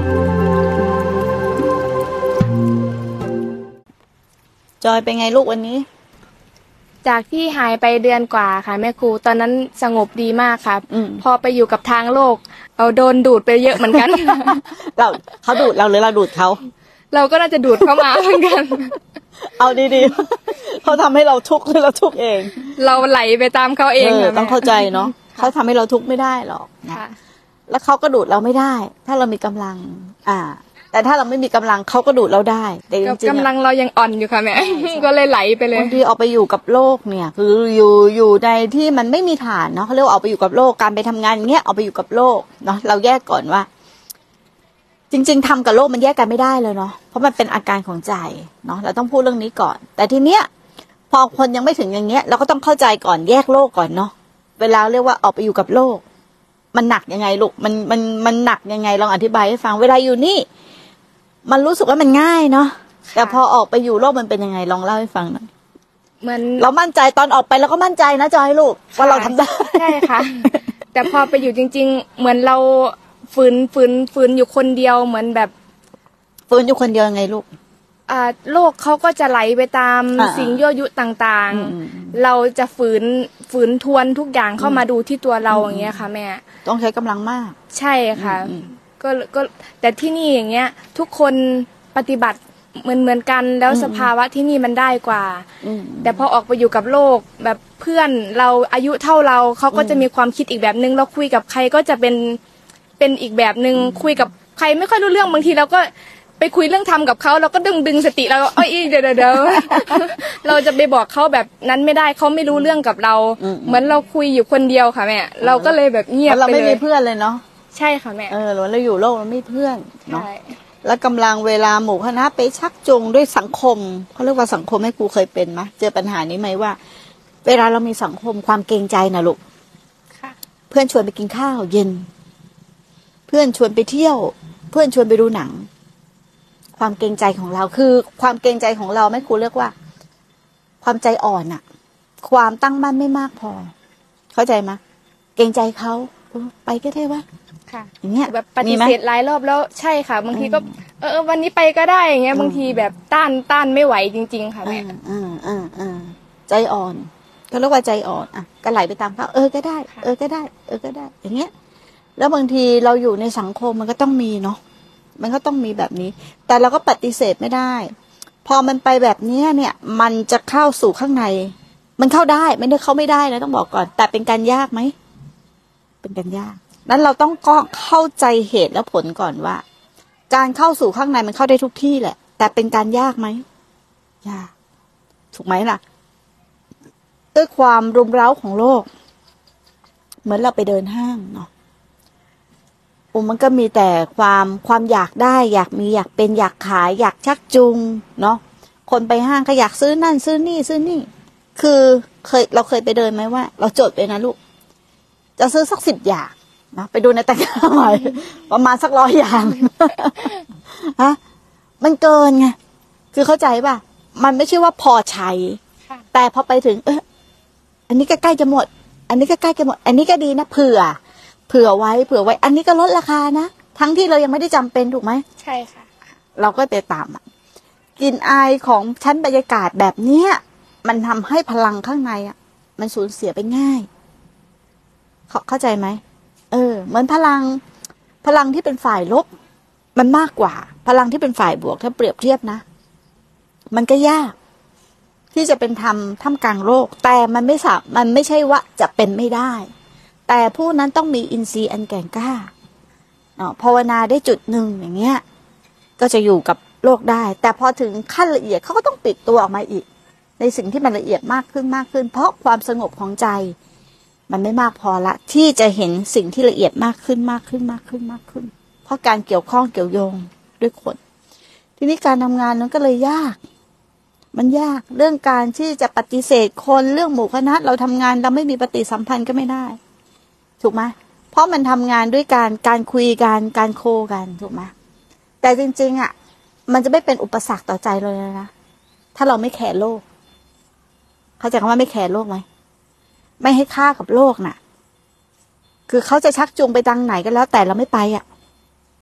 จอยเป็นไงลูกวันนี้จากที่หายไปเดือนกว่าค่ะแม่ครูตอนนั้นสงบดีมากครับพอไปอยู่กับทางโลกเอาโดนดูดไปเยอะเหมือนกันเขาดูดเราหรือเราดูดเขาเราก็น่าจะดูดเข้ามาเหมือนกันเอาดีๆเขาทำให้เราทุกข์หรือเราทุกข์เองเราไหลไปตามเขาเองต้องเข้าใจเนาะเขาทำให้เราทุกข์ไม่ได้หรอกนะแล้วเขาก็ดูดเราไม่ได้ถ้าเรามีกำลังแต่ถ้าเราไม่มีกำลังเขาก็ดูดเราได้แต่จริงๆกำลังเรายังอ่อนอยู่ค่ะแม่ก็เลยไหลไปเลยบางทีออกไปอยู่กับโลกเนี่ยคืออยู่ในที่มันไม่มีฐานเนาะเขาเรียกว่าออกไปอยู่กับโลกการไปทำงานเงี้ยออกไปอยู่กับโลกเนาะเราแยกก่อนว่าจริงๆทำกับโลกมันแยกกันไม่ได้เลยเนาะเพราะมันเป็นอาการของใจเนาะเราต้องพูดเรื่องนี้ก่อนแต่ทีเนี้ยพอคนยังไม่ถึงอย่างเงี้ยเราก็ต้องเข้าใจก่อนแยกโลกก่อนเนาะเวลาเรียกว่าออกไปอยู่กับโลกมันหนักยังไงลูกมันหนักยังไงลองอธิบายให้ฟังเวลาอยู่นี่มันรู้สึกว่ามันง่ายเนาะแต่พอออกไปอยู่โลกมันเป็นยังไงลองเล่าให้ฟังหน่อยเหมือนเรามั่นใจตอนออกไปเราก็มั่นใจนะจอยลูกว่าเราทำได้ใช่ค่ะแต่พอไปอยู่จริงๆเหมือนเราฝืนอยู่คนเดียวเหมือนแบบฝืนอยู่คนเดียวยังไงลูกโลกเขาก็จะไหลไปตามสิ่งยั่วยุต่างๆเราจะฝืนทวนทุกอย่างเข้ามาดูที่ตัวเราอย่างเงี้ยค่ะแม่ต้องใช้กำลังมากใช่ค่ะก็แต่ที่นี่อย่างเงี้ยทุกคนปฏิบัติเหมือนกันแล้วสภาวะที่นี่มันได้กว่าแต่พอออกไปอยู่กับโลกแบบเพื่อนเราอายุเท่าเราเขาก็จะมีความคิดอีกแบบนึงเราคุยกับใครก็จะเป็นอีกแบบนึงคุยกับใครไม่ค่อยรู้เรื่องบางทีเราก็ไปคุยเรื่องธรรมกับเขาเราก็ดึงสติเราเอ้ยเดี๋ยวเราจะไปบอกเขาแบบนั้นไม่ได้เขาไม่รู้เรื่องกับเราเหมือนเราคุยอยู่คนเดียวค่ะแม่เราก็เลยแบบเงียบไปเลยเราไม่มีเพื่อนเลยเนาะใช่ค่ะแม่เราอยู่โลกเราไม่เพื่อนเนาะแล้วกำลังเวลาหมู่คณะไปชักจูงด้วยสังคมเขาเรียกว่าสังคมให้ครูเคยเป็นไหมเจอปัญหานี้ไหมว่าเวลาเรามีสังคมความเกรงใจนะลูกเพื่อนชวนไปกินข้าวเย็นเพื่อนชวนไปเที่ยวเพื่อนชวนไปดูหนังความเกรงใจของเราคือความเกรงใจของเราไม่ครูเรียกว่าความใจอ่อนอะความตั้งมั่นไม่มากพอเข้าใจไหมเกรงใจเขาไปก็ได้วะค่ะอย่างเงี้ยแบบปฏิเสธหลายรอบแล้วใช่ค่ะบางทีก็วันนี้ไปก็ได้อย่างเงี้ยบางทีแบบต้านไม่ไหวจริงๆค่ะแม่ใจอ่อนก็เรียกว่าใจอ่อนก็ไหลไปตามเขาก็ได้ก็ได้ก็ได้อย่างเงี้ยแล้วบางทีเราอยู่ในสังคมมันก็ต้องมีเนาะมันก็ต้องมีแบบนี้แต่เราก็ปฏิเสธไม่ได้พอมันไปแบบนี้เนี่ยมันจะเข้าสู่ข้างในมันเข้าได้ไม่ได้เข้าไม่ได้นะต้องบอกก่อนแต่เป็นการยากไหมเป็นการยากนั้นเราต้องก็เข้าใจเหตุและผลก่อนว่าการเข้าสู่ข้างในมันเข้าได้ทุกที่แหละแต่เป็นการยากไหมยากถูกไหมล่ะด้วยความรุมเร้าของโลกเหมือนเราไปเดินห้างเนาะมันก็มีแต่ความอยากได้อยากมีอยากเป็นอยากขายอยากชักจูงเนาะคนไปห้างก็อยากซื้อนั่นซื้อนี่คือเราเคยไปเดินไหมว่าเราจดไปนะลูกจะซื้อสัก10 อย่างนะไปดูในตะกร้าใหม่ประมาณสัก100 อย่างฮะมันเกินไงคือเข้าใจป่ะมันไม่ใช่ว่าพอใช้แต่พอไปถึงอันนี้ก็ใกล้จะหมดอันนี้ก็ใกล้จะหมดอันนี้ก็ดีนะเผื่อไว้อันนี้ก็ลดราคานะทั้งที่เรายังไม่ได้จำเป็นถูกไหมใช่ค่ะเราก็ไปตามกลิ่นอายของชั้นบรรยากาศแบบเนี้ยมันทำให้พลังข้างในมันสูญเสียไปง่ายเข้าใจไหมเหมือนพลังที่เป็นฝ่ายลบมันมากกว่าพลังที่เป็นฝ่ายบวกถ้าเปรียบเทียบนะมันก็ยากที่จะเป็นธรรมท่ามกลางโลกแต่มันไม่ใช่ว่าจะเป็นไม่ได้แต่ผู้นั้นต้องมีอินทรีย์อันแก่งกล้าภาวนาได้จุดหนึ่งอย่างเงี้ยก็จะอยู่กับโลกได้แต่พอถึงขั้นละเอียดเขาก็ต้องปิดตัวออกมาอีกในสิ่งที่มันละเอียดมากขึ้นเพราะความสงบของใจมันไม่มากพอละที่จะเห็นสิ่งที่ละเอียดมากขึ้นเพราะการเกี่ยวข้องเกี่ยวโยงด้วยคนทีนี้การทำงานนั้นก็เลยยากมันยากเรื่องการที่จะปฏิเสธคนเรื่องหมู่คณะเราทำงานเราไม่มีปฏิสัมพันธ์ก็ไม่ได้ถูกไหมเพราะมันทำงานด้วยการคุยกันการโคกันถูกไหมแต่จริงๆมันจะไม่เป็นอุปสรรคต่อใจเลยนะถ้าเราไม่แคร์โลกเข้าใจคำว่าไม่แคร์โลกไหมไม่ให้ค่ากับโลกน่ะคือเขาจะชักจูงไปทางไหนก็แล้วแต่เราไม่ไป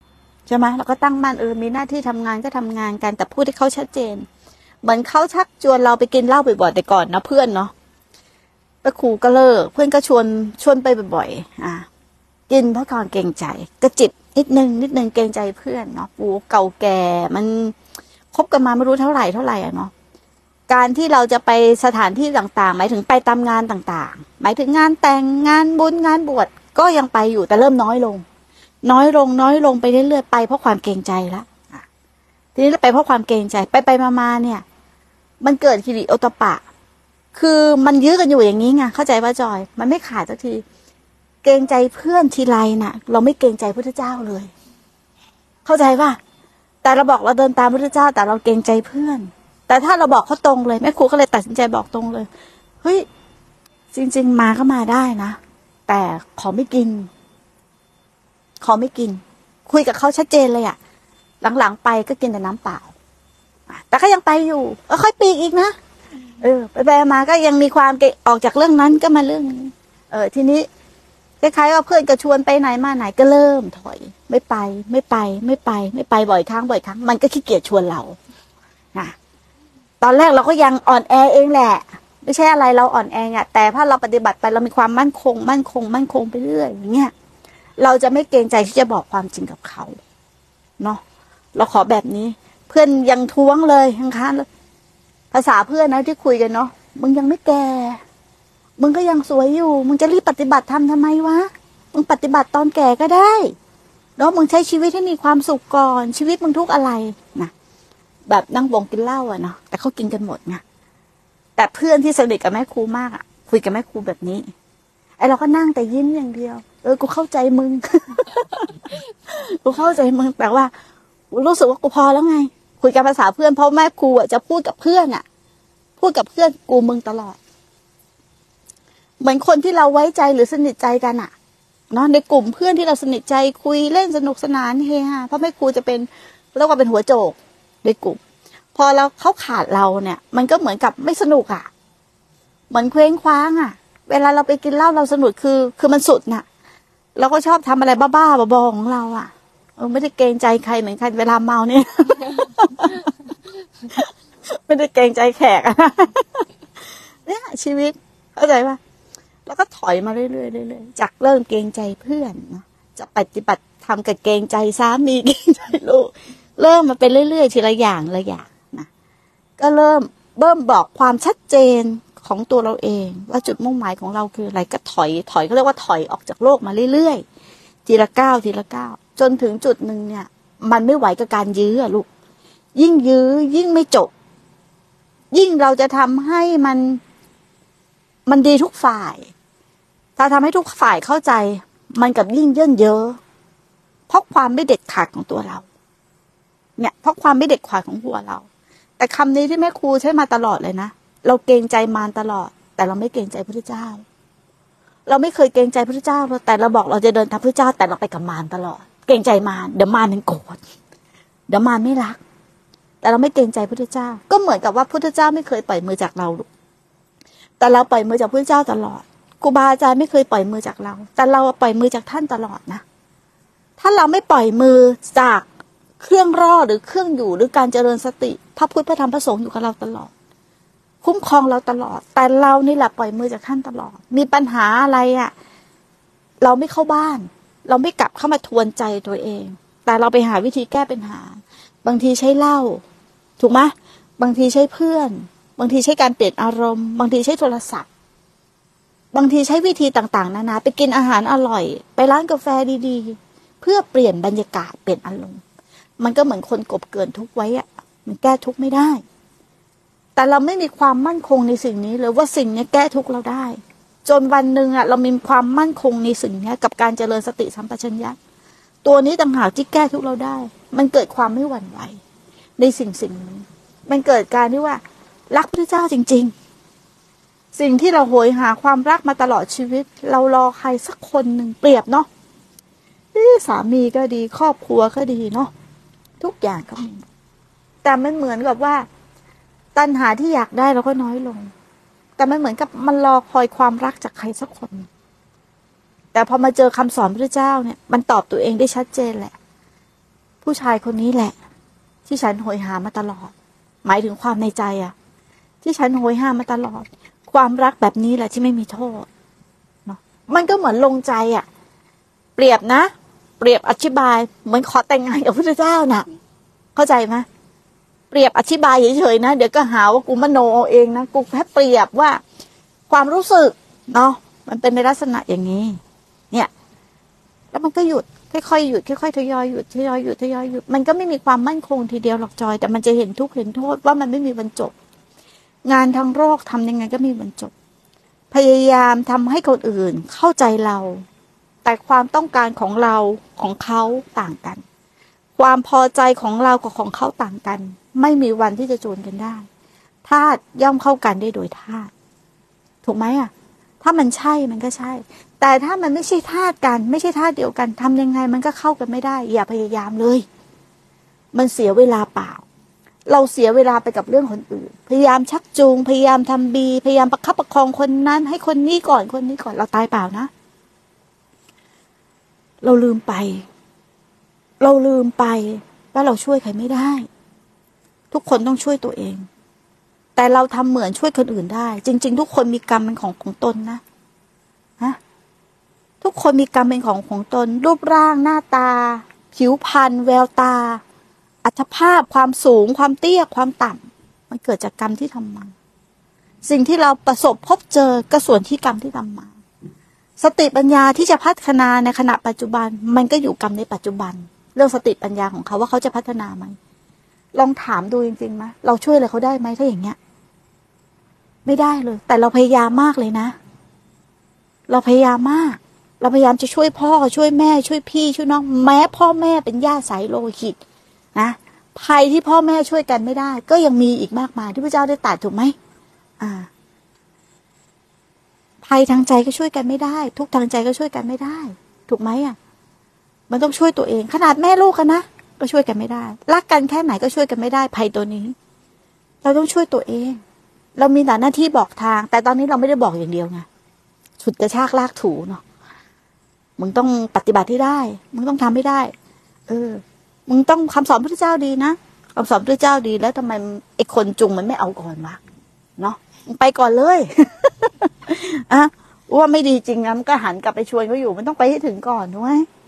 ใช่ไหมเราก็ตั้งมั่นมีหน้าที่ทำงานก็ทำงานกันแต่พูดให้เขาชัดเจนเหมือนเขาชักชวนเราไปกินเหล้าบ่อยๆแต่ก่อนนะเพื่อนเนาะไปครูก็เลิกเพื่อนก็ชวนไปบ่อยๆกินเพราะความเกรงใจก็จิบนิดนึงเกรงใจเพื่อนเนาะปูเก่าแก่มันคบกันมาไม่รู้เท่าไหร่เนาะการที่เราจะไปสถานที่ต่างๆหมายถึงไปตามงานต่างๆหมายถึงงานแต่งงานบุญงานบวชก็ยังไปอยู่แต่เริ่มน้อยลงไปเรื่อยๆไปเพราะความเกรงใจละทีนี้เราไปเพราะความเกรงใจไปมาเนี่ยมันเกิดฮิริโอตปะคือมันยื้อกันอยู่อย่างนี้ไงเข้าใจว่าจอยมันไม่ขาดสักทีเกรงใจเพื่อนทีไรน่ะเราไม่เกรงใจพระเจ้าเลยเข้าใจป่ะแต่เราบอกเราเดินตามพระเจ้าแต่เราเกรงใจเพื่อนแต่ถ้าเราบอกเขาตรงเลยแม่ครูก็เลยตัดสินใจบอกตรงเลยเฮ้ยจริงๆมาก็มาได้นะแต่ขอไม่กินคุยกับเขาชัดเจนเลยหลังๆไปก็กินแต่น้ำเปล่าแต่ก็ยังไปอยู่ค่อยปีกอีกนะไปมาก็ยังมีความออกจากเรื่องนั้นก็มาเรื่องนี้ทีนี้คล้ายๆว่าเพื่อนก็ชวนไปไหนมาไหนก็เริ่มถอยไม่ไปบ่อยครั้งมันก็ขี้เกียจชวนเราตอนแรกเราก็ยังอ่อนแอเองแหละไม่ใช่อะไรเราอ่อนแอแต่ถ้าเราปฏิบัติไปเรามีความมั่นคงไปเรื่อยอย่างเงี้ยเราจะไม่เกรงใจที่จะบอกความจริงกับเขาเนาะเราขอแบบนี้เพื่อนยังท้วงเลยยังค้านเลยภาษาเพื่อนนะที่คุยกันเนาะมึงยังไม่แก่มึงก็ยังสวยอยู่มึงจะรีบปฏิบัติทำไมวะมึงปฏิบัติตอนแก่ก็ได้เนาะมึงใช้ชีวิตให้มีความสุขก่อนชีวิตมึงทุกอะไรนะแบบนั่งวงกินเหล้าเนาะแต่เขากินกันหมดไงแต่เพื่อนที่สนิทกับแม่ครูมากคุยกับแม่ครูแบบนี้ไอเราก็นั่งแต่ยิ้มอย่างเดียวกูเข้าใจมึง กูเข้าใจมึงแต่ว่ารู้สึกว่ากูพอแล้วไงคุยกับภาษาเพื่อนเพราะแม่ครูจะพูดกับเพื่อนพูดกับเพื่อนกูมึงตลอดเหมือนคนที่เราไว้ใจหรือสนิทใจกันเนาะในกลุ่มเพื่อนที่เราสนิทใจคุยเล่นสนุกสนานเฮฮาเพราะแม่ครูจะเป็นเรียกว่าเป็นหัวโจกในกลุ่มพอเราเขาขาดเราเนี่ยมันก็เหมือนกับไม่สนุกเหมือนเคว้งคว้างเวลาเราไปกินเหล้าเราสนุกคือมันสุดเราก็ชอบทำอะไรบ้าๆบอๆของเราไม่ได้เกรงใจใครเหมือนกันเวลาเมาเนี่ย ไม่ได้เกรงใจแขกเนี่ยชีวิตเข้าใจป่ะแล้วก็ถอยมาเรื่อยๆจากเริ่มเกรงใจเพื่อนจะปฏิบัติทำกับเกรงใจสามีเกรงใจลูกเริ่มมาเป็นเรื่อยๆทีละอย่างนะก็เริ่มบอกความชัดเจนของตัวเราเองว่าจุดมุ่งหมายของเราคืออะไรก็ถอยเขาเรียกว่าถอยออกจากโลกมาเรื่อยๆทีละก้าวจนถึงจุดหนึ่งเนี่ยมันไม่ไหวกับการยื้อลูกยิ่งยื้อยิ่งไม่จบยิ่งเราจะทำให้มันดีทุกฝ่ายถ้าทำให้ทุกฝ่ายเข้าใจมันกับยิ่งเยินเยอะเพราะความไม่เด็ดขาดของตัวเราเนี่ยเพราะความไม่เด็ดขาดของหัวเราแต่คำนี้ที่แม่ครูใช้มาตลอดเลยนะเราเกรงใจมารตลอดแต่เราไม่เกรงใจพระเจ้าเราไม่เคยเกรงใจพระเจ้าแต่เราบอกเราจะเดินตามพระเจ้าแต่เราไปกับมารตลอดเกรงใจมารเดี๋ยวมารมันโกรธเดี๋ยวมารไม่รักแต่เราไม่เกรงใจพระเจ้าก็เหมือนกับว่าพระเจ้าไม่เคยปล่อยมือจากเราแต่เราปล่อยมือจากพระเจ้าตลอดครูบาอาจารย์ไม่เคยปล่อยมือจากเราแต่เราปล่อยมือจากท่านตลอดนะถ้าเราไม่ปล่อยมือจากเครื่องรอหรือเครื่องอยู่หรือการเจริญสติพระพุทธพระธรรมพระสงฆ์อยู่กับเราตลอดคุ้มครองเราตลอดแต่เรานี่แหละปล่อยมือจากท่านตลอดมีปัญหาอะไรเราไม่เข้าบ้านเราไม่กลับเข้ามาทวนใจตัวเองแต่เราไปหาวิธีแก้ปัญหาบางทีใช้เหล้าถูกไหมบางทีใช้เพื่อนบางทีใช้การเปลี่ยนอารมณ์บางทีใช้โทรศัพท์บางทีใช้วิธีต่างๆนานาไปกินอาหารอร่อยไปร้านกาแฟดีๆเพื่อเปลี่ยนบรรยากาศเปลี่ยนอารมณ์มันก็เหมือนคนกบเกินทุกข์ไว้มันแก้ทุกข์ไม่ได้แต่เราไม่มีความมั่นคงในสิ่งนี้เลยว่าสิ่งนี้แก้ทุกข์เราได้จนวันหนึ่งเรามีความมั่นคงในสิ่งนี้กับการเจริญสติสัมปชัญญะตัวนี้ต่างหากที่แก้ทุกข์เราได้มันเกิดความไม่หวั่นไหวในสิ่งนี้มันเกิดการที่ว่ารักพระเจ้าจริงๆสิ่งที่เราโหยหาความรักมาตลอดชีวิตเรารอใครสักคนหนึ่งเปรียบเนาะสามีก็ดีครอบครัวก็ดีเนาะทุกอย่างก็มีแต่มันเหมือนกับว่าตัณหาที่อยากได้เราก็น้อยลงแต่มันเหมือนกับมันรอคอยความรักจากใครสักคนแต่พอมาเจอคำสอนพระเจ้าเนี่ยมันตอบตัวเองได้ชัดเจนแหละผู้ชายคนนี้แหละ ที่ฉันโหยหามาตลอด หมายถึงความในใจอะที่ฉันโหยหามาตลอด ความรักแบบนี้แหละที่ไม่มีโทษเนาะมันก็เหมือนลงใจอะเปรียบนะเปรียบอธิบายเหมือนขอแต่งงานกับพระพุทธเจ้าน่ะเข้าใจไหมเปรียบอธิบายเฉยๆนะเดี๋ยวก็หาว่ากูมโนเอาเองนะกูแค่เปรียบว่าความรู้สึกเนาะมันเป็นในลักษณะอย่างนี้เนี่ยแล้วมันก็หยุดค่อยๆหยุดค่อยๆทยอยหยุดทยอยหยุดทยอยหยุดมันก็ไม่มีความมั่นคงทีเดียวหรอกจอยแต่มันจะเห็นทุกข์เห็นโทษว่ามันไม่มีวันจบงานทางโลกทำยังไงก็มีวันจบพยายามทำให้คนอื่นเข้าใจเราแต่ความต้องการของเราของเขาต่างกันความพอใจของเรากับของเขาต่างกันไม่มีวันที่จะจูนกันได้ธาตุย่อมเข้ากันได้โดยธาตุถูกไหมอ่ะถ้ามันใช่มันก็ใช่แต่ถ้ามันไม่ใช่ธาตุกันไม่ใช่ธาตุเดียวกันทำยังไงมันก็เข้ากันไม่ได้อย่าพยายามเลยมันเสียเวลาเปล่าเราเสียเวลาไปกับเรื่องคนอื่นพยายามชักจูงพยายามทำบีพยายามประคับประคองคนนั้นให้คนนี้ก่อนคนนี้ก่อนเราตายเปล่านะเราลืมไปว่าเราช่วยใครไม่ได้ทุกคนต้องช่วยตัวเองแต่เราทำเหมือนช่วยคนอื่นได้จริงๆทุกคนมีกรรมเป็นของตนนะฮะทุกคนมีกรรมเป็นของตนรูปร่างหน้าตาผิวพรรณแววตาอัตภาพความสูงความเตี้ยความต่ำมันเกิดจากกรรมที่ทำมาสิ่งที่เราประสบพบเจอก็ส่วนที่กรรมที่ทำมาสติปัญญาที่จะพัฒนาในขณะปัจจุบันมันก็อยู่กรรมในปัจจุบันเรื่องสติปัญญาของเขาว่าเขาจะพัฒนาไหมลองถามดูจริงๆไหมเราช่วยอะไรเขาได้ไหมถ้าอย่างเงี้ยไม่ได้เลยแต่เราพยายามมากเลยนะเราพยายามมากเราพยายามจะช่วยพ่อช่วยแม่ช่วยพี่ช่วยน้องแม้พ่อแม่เป็นญาติสายโลหิตนะภัยที่พ่อแม่ช่วยกันไม่ได้ก็ยังมีอีกมากมายที่พระเจ้าได้ตรัสถูกไหมภัยทางใจก็ช่วยกันไม่ได้ทุกทางใจก็ช่วยกันไม่ได้ถูกไหมอ่ะมันต้องช่วยตัวเองขนาดแม่ลูกกันนะก็ช่วยกันไม่ได้รักกันแค่ไหนก็ช่วยกันไม่ได้ภัยตัวนี้เราต้องช่วยตัวเองเรามีหน้าที่บอกทางแต่ตอนนี้เราไม่ได้บอกอย่างเดียวไงฉุดกระชากลากถูเนาะมึงต้องปฏิบัติให้ได้มึงต้องทำให้ได้มึงต้องคำสอนพระเจ้าดีนะคำสอนพระเจ้าดีแล้วทำไมไอ้คนจุงมันไม่เอาก่อนวะเนาะมึงไปก่อนเลยว่าไม่ดีจริงนะมันก็หันกลับไปชวนเขาอยู่มันต้องไปให้ถึงก่อนถูกไหม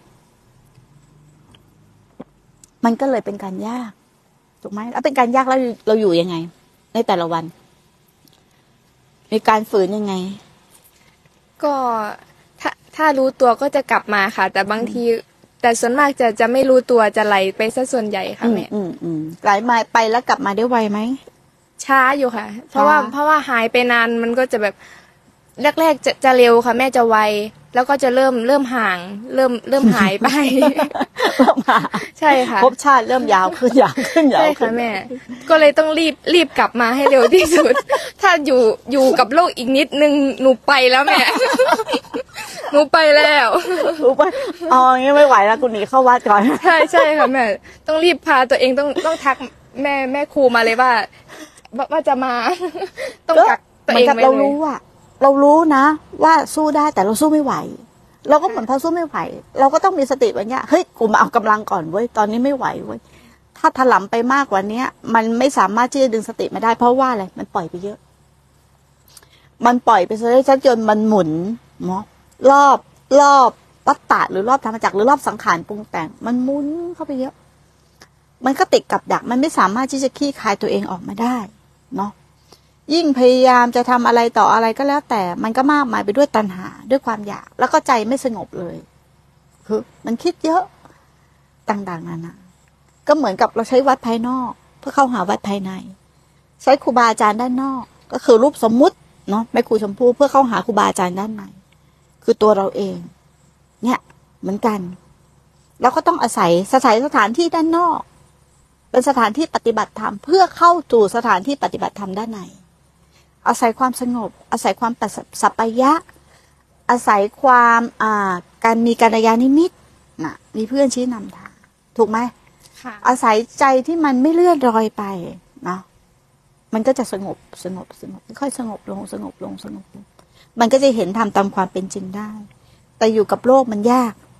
มันก็เลยเป็นการยากถูกไหมแล้วเป็นการยากแล้วเราอยู่ยังไงในแต่ละวันมีการฝืนยังไงก็ถ้ารู้ตัวก็จะกลับมาค่ะ แต่บางทีแต่ส่วนมากจะไม่รู้ตัวจะไหลไปซะส่วนใหญ่ค่ะแม่ไหลมาไปแล้วกลับมาได้ไวไหมช้าอยู่ค่ะเพราะว่าหายไปนานมันก็จะแบบแรกๆจะเร็วค่ะแม่จะไวแล้วก็จะเริ่มห่างเริ่มหายไปใช่ค่ะภพชาติเริ่มยาวขึ้นใช่ค่ะแม่ก็เลยต้องรีบกลับมาให้เร็วที่สุดถ้าอยู่กับโลกอีกนิดนึงหนูไปแล้วแม่หนูไปแล้วงี้ไม่ไหวแล้วกูหนีเข้าวัดก่อนใช่ค่ะแม่ต้องรีบพาตัวเองต้องทักแม่ครูมาเลยว่าจะมาต้องกักตัวเองไว้เลยเรารู้นะว่าสู้ได้แต่เราสู้ไม่ไหวเราก็เหมือนพอสู้ไม่ไหวเราก็ต้องมีสติปัญญาเฮ้ยกูมาเอากำลังก่อนเว้ยตอนนี้ไม่ไหวเว้ยถ้าถลำไปมากกว่านี้มันไม่สามารถที่จะดึงสติมาได้เพราะว่าอะไรมันปล่อยไปเยอะมันปล่อยไปซะจนมันหมุนเนาะรอบวัฏฏะหรือรอบธรรมจักรหรือรอบสังขารปรุงแต่งมันหมุนเข้าไปเยอะมันก็ติดกับดักมันไม่สามารถที่จะคลี่คลายตัวเองออกมาได้เนาะยิ่งพยายามจะทำอะไรต่ออะไรก็แล้วแต่มันก็มากมายไปด้วยตัณหาด้วยความอยากแล้วก็ใจไม่สงบเลยคือมันคิดเยอะต่างๆนานาก็เหมือนกับเราใช้วัดภายนอกเพื่อเข้าหาวัดภายในใช้ครูบาอาจารย์ด้านนอกก็คือรูปสมมุติเนาะแม่ครูชมพู่เพื่อเข้าหาครูบาอาจารย์ด้านในคือตัวเราเองเนี่ยเหมือนกันเราก็ต้องอาศัยสถานที่ด้านนอกเป็นสถานที่ปฏิบัติธรรมเพื่อเข้าสู่สถานที่ปฏิบัติธรรมด้านในอาศัยความสงบอาศัยความสัปปายะอาศัยความการมีกัลยาณมิตรมีเพื่อนชี้นำทางถูกไหมอาศัยใจที่มันไม่เลื่อนลอยไปเนาะมันก็จะสงบค่อยสงบลงมันก็จะเห็นธรรมตามความเป็นจริงได้แต่อยู่กับโลกมันยาก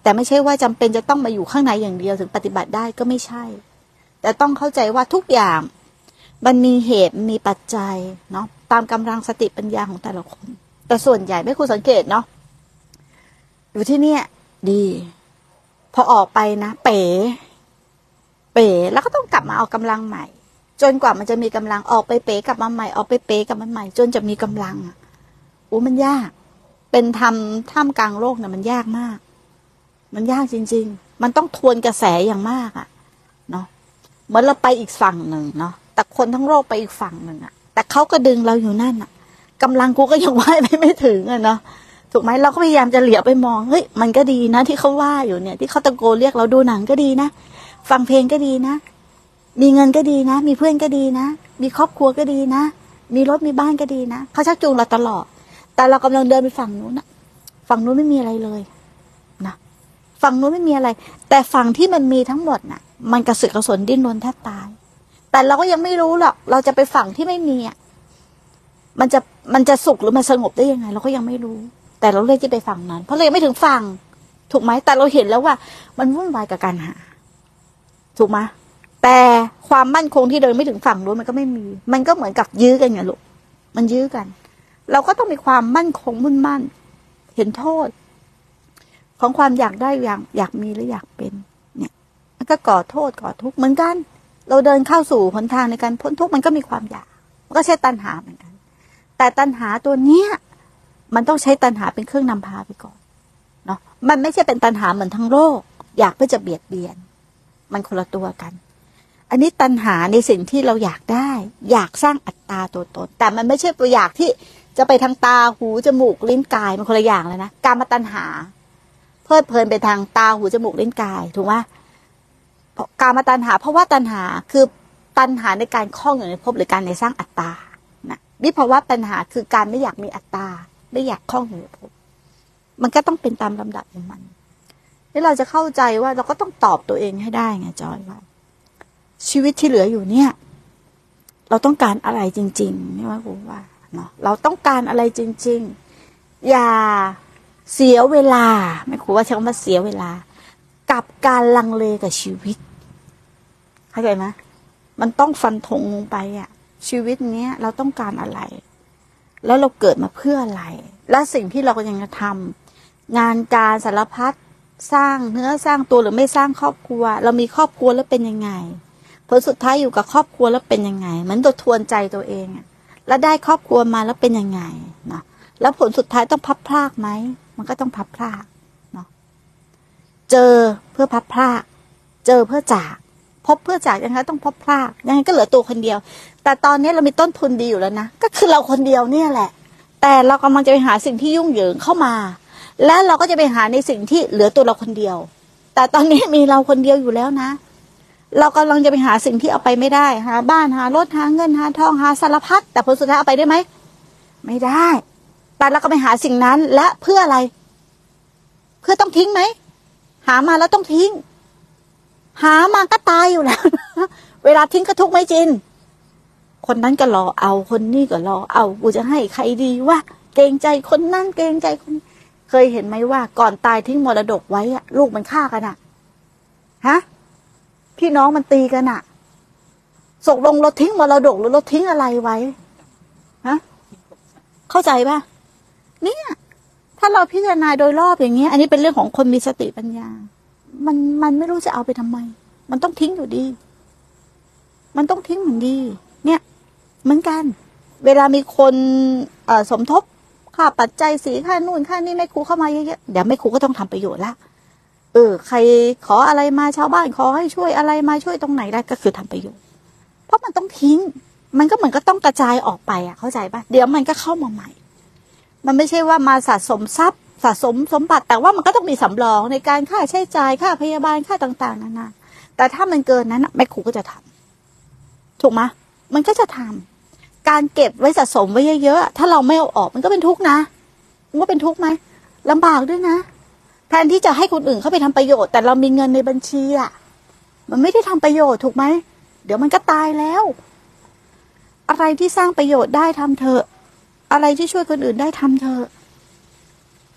แต่ไม่ใช่ว่าจำเป็นจะต้องมาอยู่ข้างในอย่างเดียวถึงปฏิบัติได้ก็ไม่ใช่แต่ต้องเข้าใจว่าทุกอย่างมันมีเหตุมีปัจจัยเนาะตามกำลังสติปัญญาของแต่ละคนแต่ส่วนใหญ่ไม่คุณสังเกตเนาะอยู่ที่เนี่ยดีพอออกไปนะเป๋แล้วก็ต้องกลับมาเอากำลังใหม่จนกว่ามันจะมีกำลังออกไปเป๋กลับมาใหม่ออกไปเป๋กลับมาใหม่จนจะมีกำลังมันยากเป็นธรรมท่ามกลางโลกเนี่ยมันยากมากมันยากจริงๆมันต้องทวนกระแสอย่างมากเนาะเหมือนเราไปอีกฝั่งหนึ่งเนาะแต่คนทั้งโลกไปอีกฝั่งหนึ่งแต่เขาก็ดึงเราอยู่นั่นกำลังกูก็ยังว่ายไปไม่ถึงเนาะถูกไหมเราก็พยายามจะเหลียวไปมองเฮ้ยมันก็ดีนะที่เขาว่าอยู่เนี่ยที่เขาตะโกนเรียกเราดูหนังก็ดีนะฟังเพลงก็ดีนะมีเงินก็ดีนะมีเพื่อนก็ดีนะมีครอบครัวก็ดีนะมีรถมีบ้านก็ดีนะเขาชักจูงเราตลอดแต่เรากำลังเดินไปฝั่งนู้นฝั่งนู้นไม่มีอะไรเลยนะฝั่งนู้นไม่มีอะไรแต่ฝั่งที่มันมีทั้งหมดมันกระสือกระสนดิ้นรนแทบตายแต่เราก็ยังไม่รู้หรอกเราจะไปฝั่งที่ไม่มีมันจะสุขหรือมันสงบได้ยังไงเราก็ยังไม่รู้แต่เราเลือกที่ไปฝั่งนั้นเพราะเรายังไม่ถึงฝั่งถูกไหมแต่เราเห็นแล้วว่ามันวุ่นวายกับการหาถูกไหมแต่ความมั่นคงที่เดินไม่ถึงฝั่งนู้นมันก็ไม่มีมันก็เหมือนกับยื้อกันไงลูกมันยื้อกันเราก็ต้องมีความมั่นคงมุ่นมั่นเห็นโทษของความอยากได้อยากมีหรืออยากเป็นเนี่ยมันก็ก่อโทษก่อทุกข์เหมือนกันเราเดินเข้าสู่หนทางในการพ้นทุกข์มันก็มีความอยากมันก็ใช้ตัณหาเหมือนกันแต่ตัณหาตัวเนี้ยมันต้องใช้ตัณหาเป็นเครื่องนำพาไปก่อนเนาะมันไม่ใช่เป็นตัณหาเหมือนทั้งโลกอยากเพื่อจะเบียดเบียนมันคนละตัวกันอันนี้ตัณหาในสิ่งที่เราอยากได้อยากสร้างอัตตาตัวตนแต่มันไม่ใช่ตัวอยากที่จะไปทางตาหูจมูกลิ้นกายมันคนละอย่างเลยนะกามตัณหาเพลิดเพลินไปทางตาหูจมูกลิ้นกายถูกไหมกามตัณหาเพราะว่าตัณหาคือตัณหาในการคล้องอยู่ในภพหรือการในสร้างอัตตานะวิภาวะตัณหาคือการไม่อยากมีอัตตาไม่อยากคล้องอยู่ในภพมันก็ต้องเป็นตามลำดับของมันที่เราจะเข้าใจว่าเราก็ต้องตอบตัวเองให้ได้ไงจอยว่าชีวิตที่เหลืออยู่เนี่ยเราต้องการอะไรจริงๆนี่ว่ากูว่าเนาะเราต้องการอะไรจริงๆอย่าเสียเวลาไม่ครูว่าใช้คำว่าเสียเวลากับการลังเลกับชีวิตเข้าใจไหมมันต้องฟันธงลงไปชีวิตเนี้ยเราต้องการอะไรแล้วเราเกิดมาเพื่ออะไรและสิ่งที่เราก็ยังจะทำงานการสารพัดสร้างเนื้อสร้างตัวหรือไม่สร้างครอบครัวเรามีครอบครัวแล้วเป็นยังไงผลสุดท้ายอยู่กับครอบครัวแล้วเป็นยังไงเหมือนตัวทวนใจตัวเองแล้วได้ครอบครัวมาแล้วเป็นยังไงเนาะแล้วผลสุดท้ายต้องพับพรากไหมมันก็ต้องพับพรากเนาะเจอเพื่อพับพรากเจอเพื่อจากพบเพื่อจากยังไงต้องพับพรากยังไงก็เหลือตัวคนเดียวแต่ตอนนี้เรามีต้นทุนดีอยู่แล้วนะก็คือเราคนเดียวเนี่ยแหละแต่เรากำลังจะไปหาสิ่งที่ยุ่งเหยิงเข้ามาแล้วเราก็จะไปหาในสิ่งที่เหลือตัวเราคนเดียวแต่ตอนนี้มีเราคนเดียวอยู่แล้วนะเรากำลังจะไปหาสิ่งที่เอาไปไม่ได้หาบ้านหารถหาเงินหาทองหาสารพัดแต่ผลสุดท้ายเอาไปได้ไหมไม่ได้แต่เราก็ไปหาสิ่งนั้นและเพื่ออะไรเพื่อต้องทิ้งไหมหามาแล้วต้องทิ้งหามาก็ตายอยู่แล้ว เวลาทิ้งก็ทุกข์ไหมจินคนนั้นก็รอเอาคนนี้ก็รอเอากูจะให้ใครดีวะเกรงใจคนนั้นเกรงใจคนเคยเห็นไหมว่าก่อนตายทิ้งมรดกไว้ลูกมันฆ่ากันฮะพี่น้องมันตีกันตกลงเราทิ้งมรดกหรือเราทิ้งอะไรไว้ฮะเข้าใจป่ะเนี่ยถ้าเราพิจารณาโดยรอบอย่างเงี้ยอันนี้เป็นเรื่องของคนมีสติปัญญามันไม่รู้จะเอาไปทำไมมันต้องทิ้งอยู่ดีมันต้องทิ้งเหมือนดีเนี่ยเหมือนกันเวลามีคนสมทบค่าปัจจัยสีค่านู่นค่านี่แม่ครูเข้ามาเยอะๆเดี๋ยวแม่ครูก็ต้องทำประโยชน์ละใครขออะไรมาชาวบ้านขอให้ช่วยอะไรมาช่วยตรงไหนได้ก็คือทำประโยชน์เพราะมันต้องทิ้งมันก็เหมือนก็ต้องกระจายออกไปเข้าใจปะเดี๋ยวมันก็เข้ามาใหม่มันไม่ใช่ว่ามาสะสมทรัพย์สะสมสมบัติแต่ว่ามันก็ต้องมีสำรองในการค่าใช้จ่ายค่าพยาบาลค่าต่างๆนานาแต่ถ้ามันเกินนั้นแม่ครูก็จะทำถูกไหมมันก็จะทำการเก็บไว้สะสมไว้เยอะๆถ้าเราไม่เอาออกมันก็เป็นทุกข์นะมันก็เป็นทุกข์ไหมลำบากด้วยนะแทนที่จะให้คนอื่นเข้าไปทำประโยชน์แต่เรามีเงินในบัญชีมันไม่ได้ทำประโยชน์ถูกไหมเดี๋ยวมันก็ตายแล้วอะไรที่สร้างประโยชน์ได้ทำเถอะอะไรที่ช่วยคนอื่นได้ทำเถอะ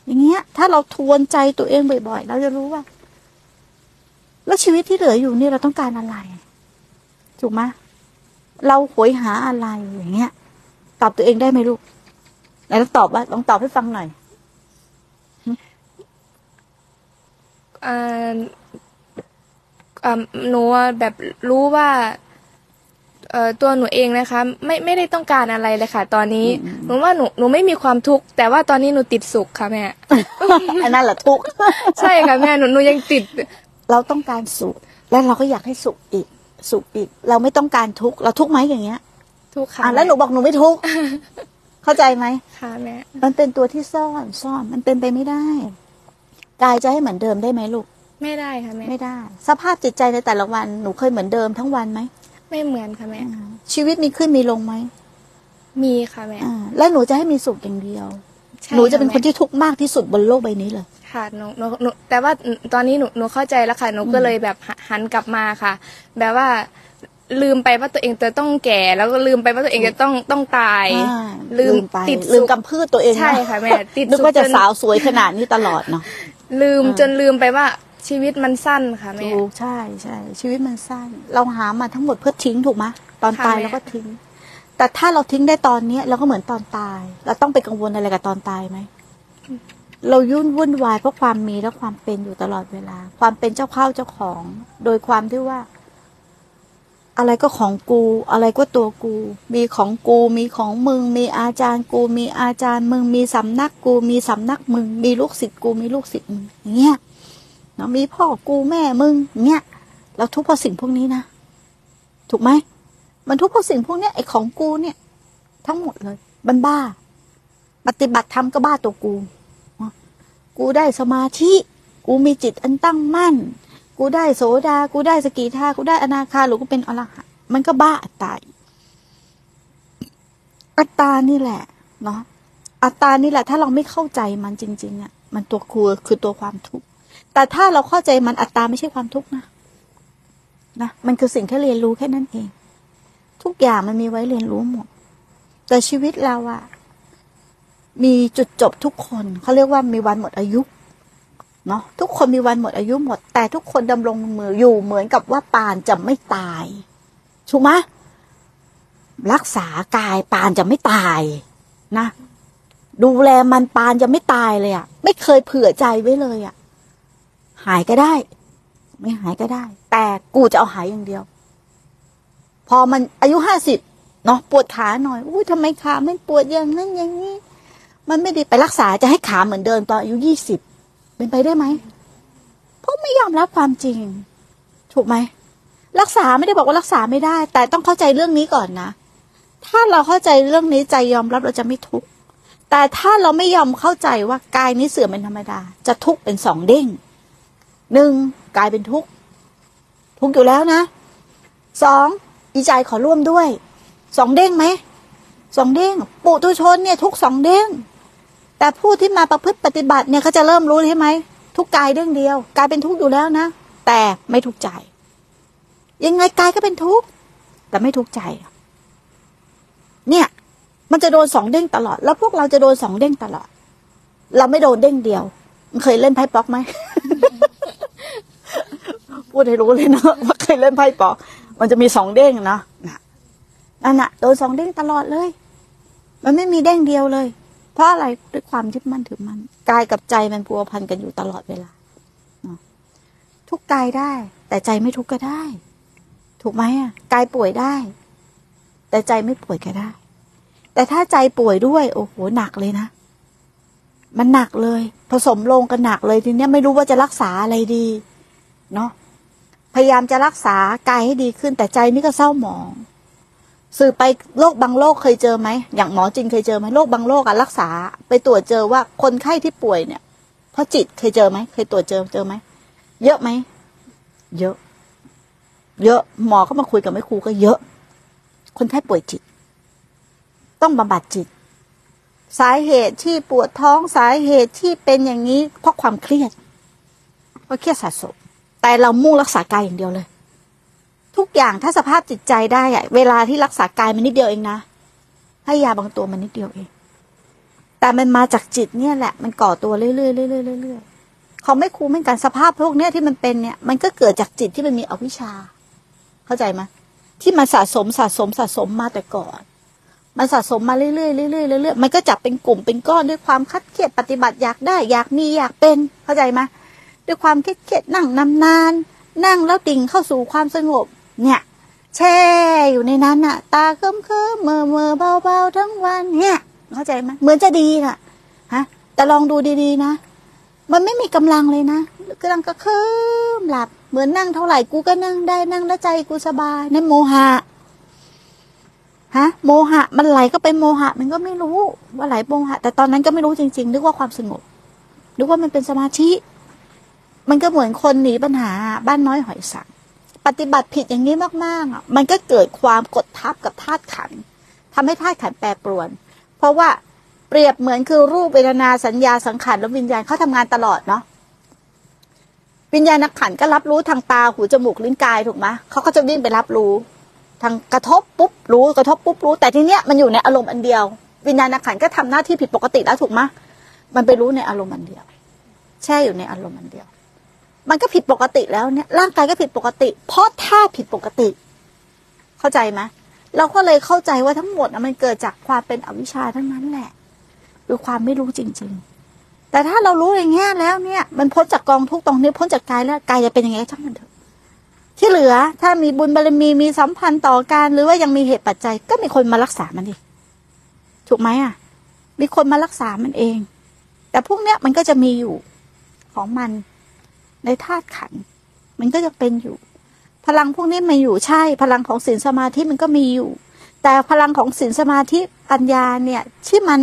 อย่างเงี้ย ถ้าเราทวนใจตัวเองบ่อยๆเราจะรู้ว่า แล้วชีวิตที่เหลืออยู่นี่เราต้องการอะไรถูกไหมเราโหยหาอะไรอย่างเงี้ย ตอบตัวเองได้ไหมลูกไหนลองตอบว่าลองตอบให้ฟังหน่อยอ่าหนูแบบรู้ว่าตัวหนูเองนะคะไม่ได้ต้องการอะไรเลยค่ะ ตอนนี้หนูว่าหนูไม่มีความทุกข์แต่ว่าตอนนี้หนูติดสุขค่ะแม่อันนั้นแหละทุกข์ใช่ค่ะแม่หนูยังติดเราต้องการสุขและเราก็อยากให้สุขอีก สุขอีก เราไม่ต้องการทุกข์เราทุกข์ไหมอย่างเงี้ยทุกข์ค่ะแล้วหนูบอกหนูไม่ทุกข์ เข้าใจไหมค่ะแม่มันเป็นตัวที่ซ่อนมันเป็นไปไม่ได้กายจะให้เหมือนเดิมได้ไหมลูกไม่ได้ค่ะแม่ไม่ได้ สภาพจิตใจในแต่ละวันหนูเคยเหมือนเดิมทั้งวันไหมไม่เหมือนค่ะแม่ชีวิตมีขึ้นมีลงไหมมีค่ะแม่แล้วหนูจะให้มีสุขอย่างเดียวใช่หนูจะเป็นแม่คนที่ทุกข์มากที่สุดบนโลกใบนี้เลยค่ะหนูแต่ว่าตอนนี้หนูเข้าใจแล้วค่ะหนูก็เลยแบบหันกลับมาค่ะ แบบว่าลืมไปว่าตัวเองจะต้องแก่ แล้วก็ลืมไปว่าตัวเองจะต้องตาย ลืมไปติดลืมสุขกำพืชตัวเองนใช่ค่ะแม่ติดนึกสุขว่าจะจนสาวสวยขนาดนี้ตลอดเนาะจนลืมไปว่าชีวิตมันสั้นค่ะแม่ถูกใช่ชีวิตมันสั้น เราหามาทั้งหมดเพื่อทิ้งถูกไหมตอนค่ะตายแม่เราก็ทิ้ง แต่ถ้าเราทิ้งได้ตอนเนี้ยเราก็เหมือนตอนตาย เราต้องไปกังวลอะไรกับตอนตายไหมเราวุ่นวายเพราะความมีและความเป็นอยู่ตลอดเวลา ความเป็นเจ้าเข้าเจ้าของ โดยความที่ว่า อะไรก็ของกู อะไรก็ตัวกู มีของกู มีของมึง มีอาจารย์กู มีอาจารย์มึง มีสำนักกู มีสำนักมึง มีลูกศิษย์กู มีลูกศิษย์มึงอย่างเงี้ยเนาะมีพ่อกูแม่มึงอย่างเงี้ยเราทุกข์เพราะสิ่งพวกนี้นะถูกไหมมันทุกข์เพราะสิ่งพวกเนี้ยไอ้ของกูเนี่ย ทั้งหมดเลยบันบ้า ปฏิบัติธรรมก็บ้าตัวกูกูได้สมาธิกูมีจิตอันตั้งมั่นกูได้โสดากูได้สกิทากูได้อนาคาหรือกูเป็นอรหันต์มันก็บ้าอัตตาอัตตานี่แหละเนาะอัตตานี่แหละถ้าเราไม่เข้าใจมันจริงๆอ่ะมันตัวคือตัวความทุกข์แต่ถ้าเราเข้าใจมันอัตตาไม่ใช่ความทุกข์นะมันคือสิ่งที่เรียนรู้แค่นั้นเองทุกอย่างมันมีไว้เรียนรู้หมดแต่ชีวิตเราอะมีจุดจบทุกคนเขาเรียกว่ามีวันหมดอายุเนาะทุกคนมีวันหมดอายุหมดแต่ทุกคนดำรงมืออยู่เหมือนกับว่าปานจะไม่ตายถูกไหมรักษากายปานจะไม่ตายนะดูแลมันปานจะไม่ตายเลยอะไม่เคยเผื่อใจไว้เลยอะหายก็ได้ไม่หายก็ได้แต่กูจะเอาหายอย่างเดียวพอมันอายุ50เนาะปวดขาหน่อยอุ้ยทำไมขาไม่ปวดอย่างนั้นอย่างนี้มันไม่ได้ไปรักษาจะให้ขาเหมือนเดิมตอนอายุ20เป็นไปได้ไหมเพราะไม่ยอมรับความจริงถูกไหมรักษาไม่ได้บอกว่ารักษาไม่ได้แต่ต้องเข้าใจเรื่องนี้ก่อนนะถ้าเราเข้าใจเรื่องนี้ใจยอมรับเราจะไม่ทุกข์แต่ถ้าเราไม่ยอมเข้าใจว่ากายนี้เสื่อมเป็นธรรมดาจะทุกข์เป็น2เด้ง1กายเป็นทุกข์อยู่แล้วนะ2อีใจขอร่วมด้วย2เด้งไหม2เด้งปุถุชนเนี่ยทุก2เด้งแต่ผู้ที่มาประพฤติปฏิบัติเนี่ยเขาจะเริ่มรู้ใช่ไหมทุกกายเด้งเดียวกายเป็นทุกข์อยู่แล้วนะแต่ไม่ทุกข์ใจยังไงกายก็เป็นทุกข์แต่ไม่ทุกข์ใจเนี่ยมันจะโดน2เด้งตลอดแล้วพวกเราจะโดน2เด้งตลอดเราไม่โดนเด้งเดียวมันเคยเล่นไพ่ป๊อกไหม พูดให้รู้เลยเนาะว่าเคยเล่นไพ่ป๊อกมันจะมี2เด้งเนาะนั่นน่ะโดน2เด้งตลอดเลยมันไม่มีเด้งเดียวเลยเพราะอะไรด้วยความยึดมั่นถือมั่นกายกับใจมันพัวพันกันอยู่ตลอดเวลาทุกกายได้แต่ใจไม่ทุกข์ก็ได้ถูกไหมอ่ะกายป่วยได้แต่ใจไม่ป่วยก็ได้แต่ถ้าใจป่วยด้วยโอ้โหหนักเลยนะมันหนักเลยผสมลงกันหนักเลยทีเนี้ยไม่รู้ว่าจะรักษาอะไรดีเนาะพยายามจะรักษากายให้ดีขึ้นแต่ใจนี่ก็เศร้าหมองสื่อไปโรคบางโรคเคยเจอไหมอย่างหมอจินเคยเจอไหมโรคบางโรคอะรักษาไปตรวจเจอว่าคนไข้ที่ป่วยเนี่ยเพราะจิตเคยเจอไหมเคยตรวจเจอไหมเยอะไหมเยอะหมอเข้ามาคุยกับแม่ครูก็เยอะคนไข้ป่วยจิตต้องบำบัดจิตสาเหตุที่ปวดท้องสาเหตุที่เป็นอย่างนี้เพราะความเครียดเพราะเครียดสะสมแต่เรามุ่งรักษากายอย่างเดียวเลยทุกอย่างถ้าสภาพจิตใจได้อะเวลาที่รักษากายมันนิดเดียวเองนะให้ยาบางตัวมันนิดเดียวเองแต่มันมาจากจิตเนี่ยแหละมันก่อตัวเรื่อยๆเรื่อยๆเรื่อยๆของแม่ครูเหมือนกันสภาพพวกเนี้ยที่มันเป็นเนี่ยมันก็เกิดจากจิตที่มันมีอวิชชาเข้าใจไหมที่มันสะสมมาแต่ก่อนมันสะสมมาเรื่อยๆเรื่อยๆเรื่อยๆมันก็จับเป็นกลุ่มเป็นก้อนด้วยความคัดเคียดปฏิบัติอยากได้อยากมีอยากเป็นเข้าใจไหมด้วยความเครียดนั่งนานๆนั่งแล้วดิ่งเข้าสู่ความสงบเนี่ยแช่อยู่ในนั้นน่ะตาเคิมเมื่อเบาๆทั้งวันเนี่ยเข้าใจไหมเหมือนจะดีน่ะฮะแต่ลองดูดีๆนะมันไม่มีกำลังเลยนะกำลังก็เคิมหลับเหมือนนั่งเท่าไหร่กูก็นั่งได้นั่งแล้วใจกูสบายนั่นโมหะฮะโมหะมันไหลก็เป็นโมหะมันก็ไม่รู้ว่าไหลโมหะแต่ตอนนั้นก็ไม่รู้จริงๆนึกว่าความสงบนึกว่ามันเป็นสมาธิมันก็เหมือนคนหนีปัญหาบ้านน้อยหอยสังปฏิบัติผิดอย่างนี้มากๆอ่ะมันก็เกิดความกดทับกับธาตุขันธ์ทำให้ธาตุขันธ์แปรปรวนเพราะว่าเปรียบเหมือนคือรูปเวทนาสัญญาสังขารและวิญญาณเขาทำงานตลอดเนาะวิญญาณขันธ์ก็รับรู้ทางตาหูจมูกลิ้นกายถูกไหมเขาก็จะวิ่งไปรับรู้ทางกระทบปุ๊บรู้กระทบปุ๊บรู้แต่ทีเนี้ยมันอยู่ในอารมณ์อันเดียววิญญาณขันธ์ก็ทำหน้าที่ผิดปกติแล้วถูกไหมมันไปรู้ในอารมณ์อันเดียวแช่อยู่ในอารมณ์อันเดียวมันก็ผิดปกติแล้วเนี่ยร่างกายก็ผิดปกติเพราะท่าผิดปกติเข้าใจไหมเราก็เลยเข้าใจว่าทั้งหมดมันเกิดจากความเป็นอวิชชาทั้งนั้นแหละคือความไม่รู้จริงๆแต่ถ้าเรารู้อย่างเงี้ยแล้วเนี่ยมันพ้นจากกองทุกข์ตรงนี้พ้นจากกายแล้วกายจะเป็นยังไงช่างมันเถอะที่เหลือถ้ามีบุญบารมีมีสัมพันธ์ต่อกันหรือว่ายังมีเหตุปัจจัยก็มีคนมารักษามันดิถูกไหมอ่ะมีคนมารักษามันเองแต่พวกเนี้ยมันก็จะมีอยู่ของมันในธาตุขันธ์มันก็จะเป็นอยู่พลังพวกนี้มันอยู่ใช่พลังของศีลสมาธิมันก็มีอยู่แต่พลังของศีลสมาธิปัญญาเนี่ยที่มัน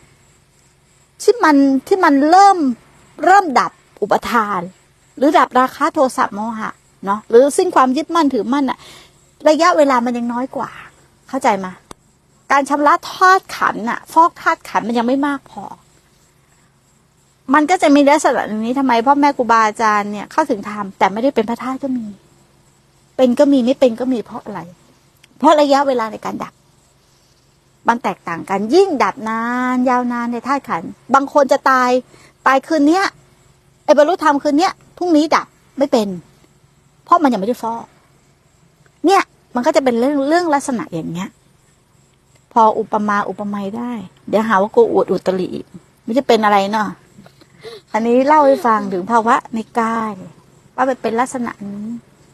เริ่มดับอุปทานหรือดับราคะโทสะโมหะเนาะหรือสิ้นความยึดมั่นถือมั่นอะระยะเวลามันยังน้อยกว่าเข้าใจไหมการชำระธาตุขันธ์อะฟอกธาตุขันธ์มันยังไม่มากพอมันก็จะมีลักษณะนี้ทำไมพ่อแม่ครูบาอาจารย์เนี่ยเข้าถึงธรรมแต่ไม่ได้เป็นพระธาตุก็มีเป็นก็มีไม่เป็นก็มีเพราะอะไรเพราะระยะเวลาในการดับมันแตกต่างกันยิ่งดับนานยาวนานในธาตุขันธ์บางคนจะตายคืนเนี้ยไอ้บรรลุธรรมคืนเนี้ยพรุ่งนี้ดับไม่เป็นเพราะมันยังไม่ได้ฟอกเนี่ยมันก็จะเป็นเรื่องลักษณะอย่างเงี้ยพออุปไมยได้เดี๋ยวหาว่ากูอวดอุตริอีกไม่จะเป็นอะไรเนาะอันนี้เล่าให้ฟังถึงภาวะในกายว่ามันเป็นลักษณะนี้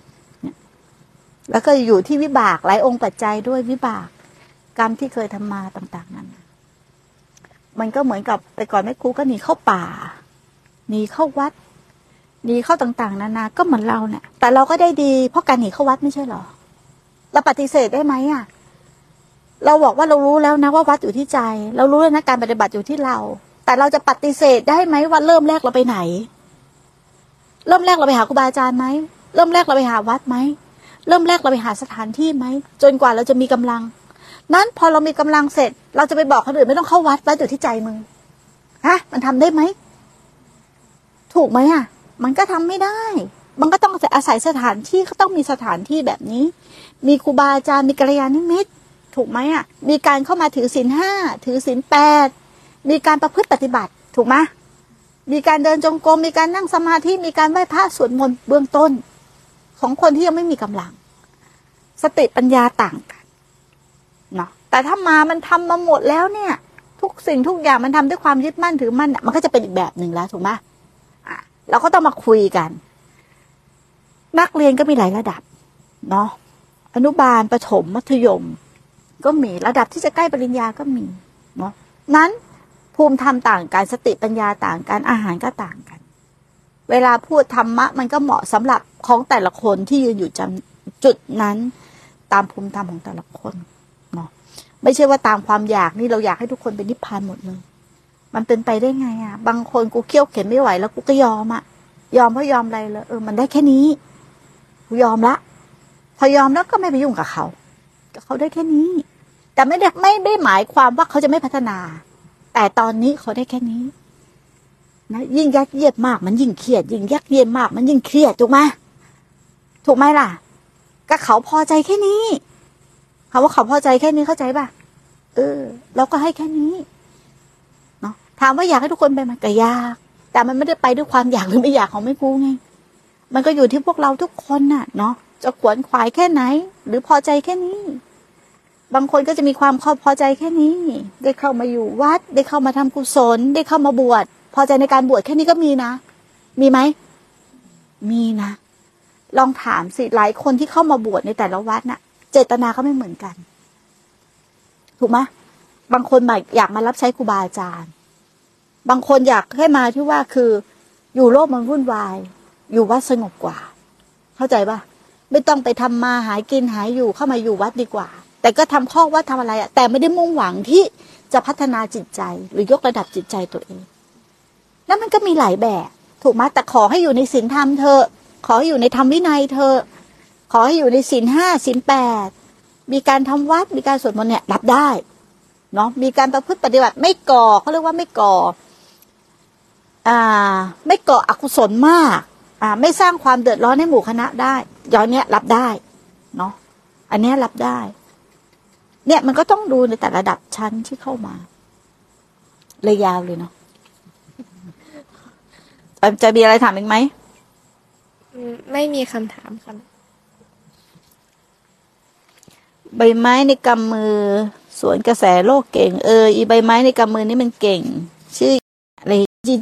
แล้วก็อยู่ที่วิบากหลายองค์ปัจจัยด้วยวิบากกรรมที่เคยทำมาต่างๆนั้นมันก็เหมือนกับแต่ก่อนแม่ครูก็หนีเข้าป่าหนีเข้าวัดหนีเข้าต่างๆนานาก็เหมือนเราเนี่ยแต่เราก็ได้ดีเพราะการหนีเข้าวัดไม่ใช่หรอเราปฏิเสธได้ไหมอ่ะเราบอกว่าเรารู้แล้วนะว่าวัดอยู่ที่ใจเรารู้แล้วนะการปฏิบัติอยู่ที่เราแต่เราจะปฏิเสธได้ไหมว่าเริ่มแรกเราไปไหนเริ่มแรกเราไปหาครูบาอาจารย์ไหมเริ่มแรกเราไปหาวัดไหมเริ่มแรกเราไปหาสถานที่ไหมจนกว่าเราจะมีกำลังนั้นพอเรามีกำลังเสร็จเราจะไปบอกคนอื่นไม่ต้องเข้าวัดอยู่ที่ใจมึงฮะมันทำได้ไหมถูกไหมอ่ะมันก็ทำไม่ได้มันก็ต้องอาศัยสถานที่ก็ต้องมีสถานที่แบบนี้มีครูบาอาจารย์มีกัลยาณมิตรถูกไหมอ่ะมีการเข้ามาถือศีล 5ถือศีล 8มีการประพฤติปฏิบัติถูกไหมมีการเดินจงกรมมีการนั่งสมาธิมีการไหว้พระสวดมนต์เบื้องต้นของคนที่ยังไม่มีกำลังสติปัญญาต่างกันเนาะแต่ถ้ามันทำมาหมดแล้วเนี่ยทุกสิ่งทุกอย่างมันทำด้วยความยึดมั่นถือมั่นมันก็จะเป็นอีกแบบหนึ่งแล้วถูกไหมเราก็ต้องมาคุยกันนักเรียนก็มีหลายระดับเนาะอนุบาลประถมมัธยมก็มีระดับที่จะใกล้ปริญญาก็มีเนาะนั้นภูมิธรรมต่างกันสติปัญญาต่างกันอาหารก็ต่างกันเวลาพูดธรรมะมันก็เหมาะสำหรับของแต่ละคนที่ยืนอยู่จุดนั้นตามภูมิธรรมของแต่ละคนเนาะไม่ใช่ว่าตามความอยากนี่เราอยากให้ทุกคนเป็นนิพพานหมดเลยมันเป็นไปได้ไงอ่ะบางคนกูเคี่ยวเข็นไม่ไหวแล้วกูก็ยอมยอมเพราะยอมอะไรเลยมันได้แค่นี้กูยอมละพอยอมแล้วก็ไม่ไปยุ่งกับเขาได้แค่นี้แต่ไม่ได้หมายความว่าเขาจะไม่พัฒนาแต่ตอนนี้เขาได้แค่นี้นะยิ่งยัดเยียดมากมันยิ่งเครียดยิ่งยัดเยียดมากมันยิ่งเครียดถูกไหมล่ะก็เขาพอใจแค่นี้คำว่าเขาพอใจแค่นี้เข้าใจป่ะเราก็ให้แค่นี้เนาะถามว่าอยากให้ทุกคนไปมันก็ยากแต่มันไม่ได้ไปด้วยความอยากหรือไม่อยากของแม่ครูไงมันก็อยู่ที่พวกเราทุกคนน่ะเนาะจะขวนขวายแค่ไหนหรือพอใจแค่นี้บางคนก็จะมีความพอใจแค่นี้ได้เข้ามาอยู่วัดได้เข้ามาทำกุศลได้เข้ามาบวชพอใจในการบวชแค่นี้ก็มีนะมีไหมมีนะลองถามสิหลายคนที่เข้ามาบวชในแต่ละวัดน่ะเจตนาเขาไม่เหมือนกันถูกไหมบางคนอยากมารับใช้ครูบาอาจารย์บางคนอยากให้มาที่ว่าคืออยู่โลกมันวุ่นวายอยู่วัดสงบกว่าเข้าใจป่ะไม่ต้องไปทำมาหากินหาอยู่เข้ามาอยู่วัดดีกว่าแต่ก็ทำข้อวัดทำอะไรอะแต่ไม่ได้มุ่งหวังที่จะพัฒนาจิตใจหรือยกระดับจิตใจตัวเองแล้วมันก็มีหลายแบบถูกไหมแต่ขอให้อยู่ในศีลธรรมเธอขอให้อยู่ในธรรมวินัยเธอขอให้อยู่ในศีล 5 ศีล 8มีการทำวัดมีการสวดมนต์เนี่ยรับได้เนาะมีการประพฤติปฏิบัติไม่ก่อเขาเรียกว่าไม่ก่อไม่ก่ออกุศลมากไม่สร้างความเดือดร้อนให้หมู่คณะได้ย้อนเนี้ยรับได้เนาะอันเนี้ยรับได้เนี่ยมันก็ต้องดูในแต่ระดับชั้นที่เข้ามาเลยยาวเลยเนาะจะมีอะไรถามอีกไหมไม่มีคำถามค่ะใบไม้ในกำมือสวนกระแสโลกเก่งอีใบไม้ในกำมือนี่มันเก่งชื่ออะไรจี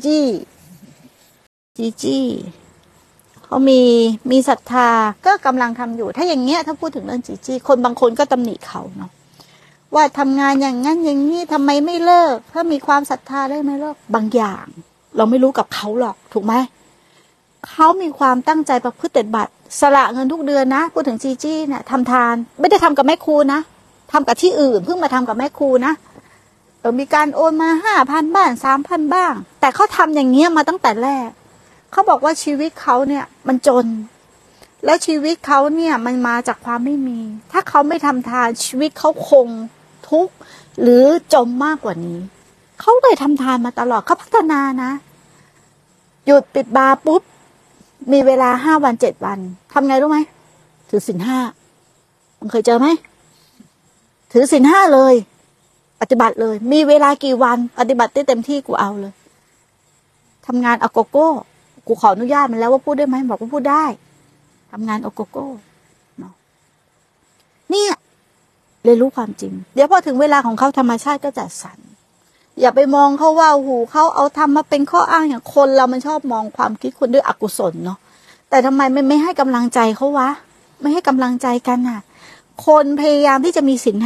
จี้เขามีศรัทธาก็กำลังทำอยู่ถ้าอย่างเงี้ยถ้าพูดถึงเรื่องจีจี้คนบางคนก็ตำหนิเขาเนาะว่าทำงานอย่างนั้นอย่างนี้ทำไมไม่เลิกถ้ามีความศรัทธาได้ไหมเลิกบางอย่างเราไม่รู้กับเขาหรอกถูกไหมเขามีความตั้งใจประพฤติปฏิบัติสละเงินทุกเดือนนะพูดถึงจีจี้เนี่ยทำทานไม่ได้ทำกับแม่ครูนะทำกับที่อื่นเพิ่งมาทำกับแม่ครูนะมีการโอนมา5,000บ้าง3,000บ้างแต่เขาทำอย่างเงี้ยมาตั้งแต่แรกเขาบอกว่าชีวิตเขาเนี่ยมันจนแล้วชีวิตเขาเนี่ยมันมาจากความไม่มีถ้าเขาไม่ทำทานชีวิตเขาคงทุกข์หรือจมมากกว่านี้เขาเลยทำทานมาตลอดเขาพัฒนานะหยุดปิดบาร์ปุ๊บมีเวลา5 วัน 7 วันทำไงรู้ไหมถือศีล 5มันเคยเจอไหมถือศีล 5เลยปฏิบัติเลยมีเวลากี่วันปฏิบัติได้เต็มที่กูเอาเลยทำงานเอาโกโก้กูขออนุญาตมันแล้วว่าพูดได้ไหมบอกว่าพูดได้ทำงานเอาโกโก้เนาะเนี่ยเรียนรู้ความจริงเดี๋ยวพอถึงเวลาของเขาธรรมชาติก็จัดสรรอย่าไปมองเขาว่าหูเขาเอาทำมาเป็นข้ออ้างอย่างคนเรามันชอบมองความคิดคนด้วยอกุศลเนาะแต่ทำไมไม่ให้กำลังใจเขาวะไม่ให้กำลังใจกันน่ะคนพยายามที่จะมีศีล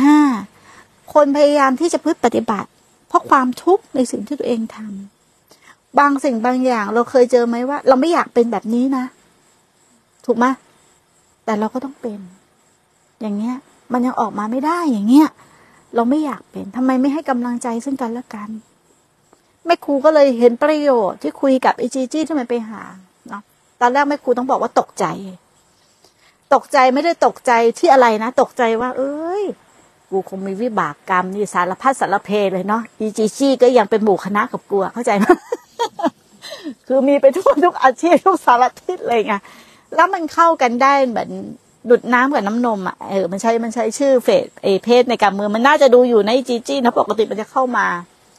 5คนพยายามที่จะพึ่งปฏิบัติเพราะความทุกข์ในสิ่งที่ตัวเองทำบางสิ่งบางอย่างเราเคยเจอไหมว่าเราไม่อยากเป็นแบบนี้นะถูกไหมแต่เราก็ต้องเป็นอย่างเงี้ยมันยังออกมาไม่ได้อย่างเงี้ยเราไม่อยากเป็นทำไมไม่ให้กำลังใจซึ่งกันและกันแม่ครูก็เลยเห็นประโยชน์ที่คุยกับไอจีจี้ที่มันไปหาเนาะตอนแรกแม่ครูต้องบอกว่าตกใจไม่ได้ตกใจที่อะไรนะตกใจว่าเอ้ยกูคงมีวิบากกรรมนี่สารพัดสารเพเลยเนาะอีจีจี้ก็ยังเป็นหมู่คณะกับกูเข้าใจไหม คือมีไปทุกอาชีพทุกสารทิศเลยไงแล้วมันเข้ากันได้เหมือนดุดน้ำกับน้ำนมอ่ะมันใช้ชื่อเพศในการเมืองมันน่าจะดูอยู่ในจีจี้นะปกติมันจะเข้ามา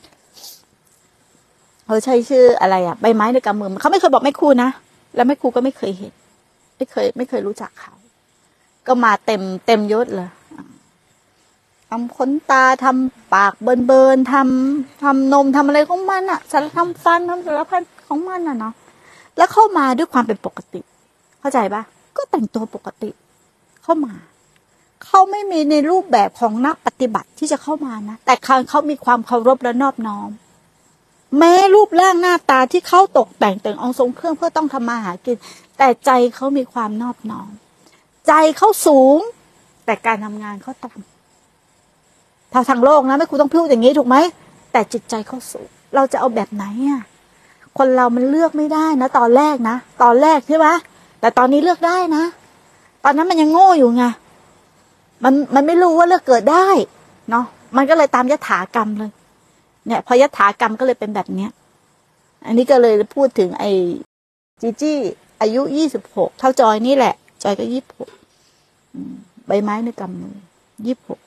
เขาใช้ชื่ออะไรอ่ะใบไม้ในกำมือเขาไม่เคยบอกแม่ครูนะแล้วแม่ครูก็ไม่เคยเห็นไม่เคยรู้จักเขาก็มาเต็มยศเลยทำขนตาทำปากเบินทำนมทำอะไรของมันอ่ะสารทำฟันทำสารพัดของมันอ่ะเนาะแล้วเข้ามาด้วยความเป็นปกติเข้าใจปะก็แต่งตัวปกติเข้ามาเขาไม่มีในรูปแบบของนักปฏิบัติที่จะเข้ามานะแต่เขามีความเคารพและนอบน้อมแม้รูปร่างหน้าตาที่เขาตกแต่งองค์ทรงเครื่องเพื่อต้องทำมาหากินแต่ใจเขามีความนอบน้อมใจเขาสูงแต่การทำงานเขาต่ำทางโลกนะไม่คุณต้องพูดอย่างนี้ถูกไหมแต่จิตใจเขาสูงเราจะเอาแบบไหนอ่ะคนเรามันเลือกไม่ได้นะตอนแรกใช่ไหมแต่ตอนนี้เลือกได้นะตอนนั้นมันยังโง่อยู่ไงมันไม่รู้ว่าเลือกเกิดได้เนาะมันก็เลยตามยถากรรมเลยเนี่ยพอยถากรรมก็เลยเป็นแบบเนี้ยอันนี้ก็เลยพูดถึงไอ้จีจี้อายุ26เท่าจอยนี่แหละจอยก็26ใบไม้ในกำมือ26